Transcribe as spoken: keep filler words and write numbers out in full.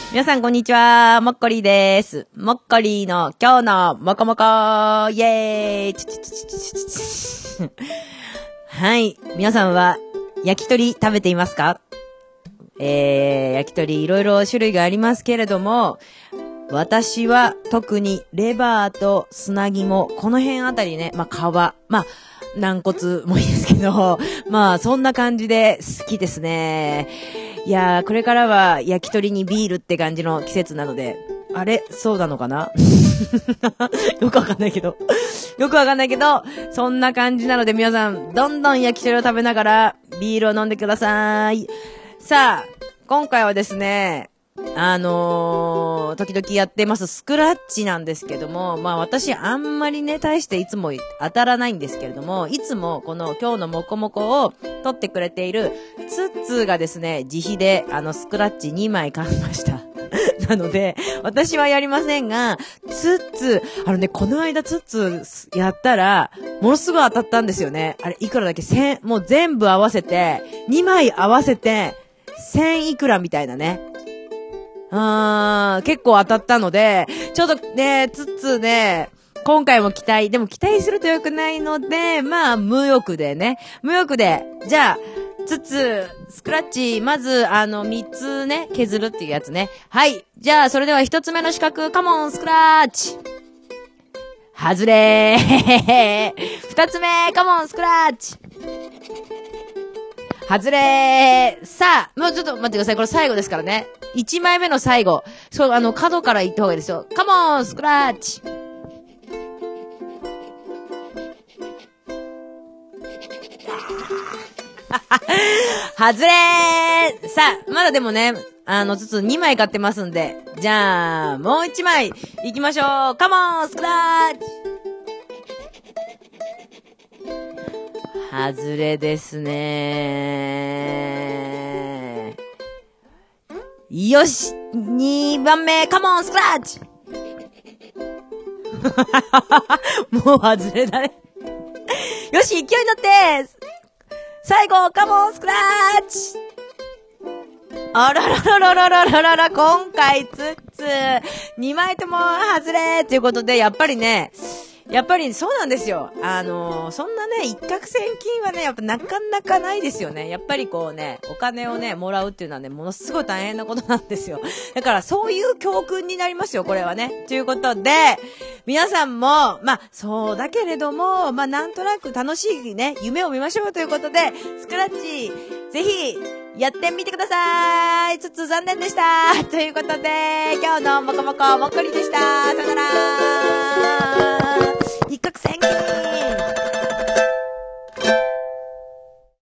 皆さんこんにちは、もっこりです。もっこりの今日のもこもこイエーイちちちちちちはい、皆さんは焼き鳥食べていますか？えー、焼き鳥いろいろ種類がありますけれども、私は特にレバーと砂肝、この辺あたりね、まあ、皮、まあ、軟骨もいいですけど、まあ、そんな感じで好きですね。いやー、これからは焼き鳥にビールって感じの季節なので、あれそうなのかなよくわかんないけど。よくわかんないけど、そんな感じなので皆さん、どんどん焼き鳥を食べながらビールを飲んでください。さあ、今回はですね、あのー、時々やってますスクラッチなんですけども、まあ私あんまりね、大していつも当たらないんですけれども、いつもこの今日のモコモコを撮ってくれているツッツーがですね、自費であのスクラッチにまい買いました。なので、私はやりませんが、ツッツー、あのね、この間ツッツーやったら、ものすごい当たったんですよね。あれ、いくらだっけ千、もう全部合わせて、にまい合わせて、千いくらみたいなね。あー、結構当たったので、ちょっとね、ツッツーね、今回も期待、でも期待すると良くないので、まあ、無欲でね、無欲で、じゃあ、ツッツー、スクラッチ、まず、あの、三つね、削るっていうやつね。はい。じゃあ、それでは一つ目の四角、カモン、スクラッチ。外れー。二つ目、カモン、スクラッチ。外れー。さあ、もうちょっと待ってください。これ最後ですからね。一枚目の最後。そう、あの、角から行った方がいいですよ。カモン、スクラッチ。外れー。さあ、まだでもね、あの、ずつにまい買ってますんで。じゃあ、もういちまい行きましょう。カモン、スクラッチ。外れですねー。よし !にばんめ、カモン、スクラッチ。もう外れだね。よし、勢いに乗って最後、カモン、スクラッチ。あらららららららら、今回ツッツー、にまいとも外れということで、やっぱりね、やっぱりそうなんですよ。あのー、そんなね、一攫千金はね、やっぱなかなかないですよね。やっぱりこうね、お金をね、もらうっていうのはね、ものすごい大変なことなんですよ。だからそういう教訓になりますよ、これはね。ということで、皆さんも、まあ、そうだけれども、まあ、なんとなく楽しいね、夢を見ましょうということで、スクラッチ、ぜひ、やってみてください。つつ残念でした。ということで、今日のもこもこもっこりでした。さよなら。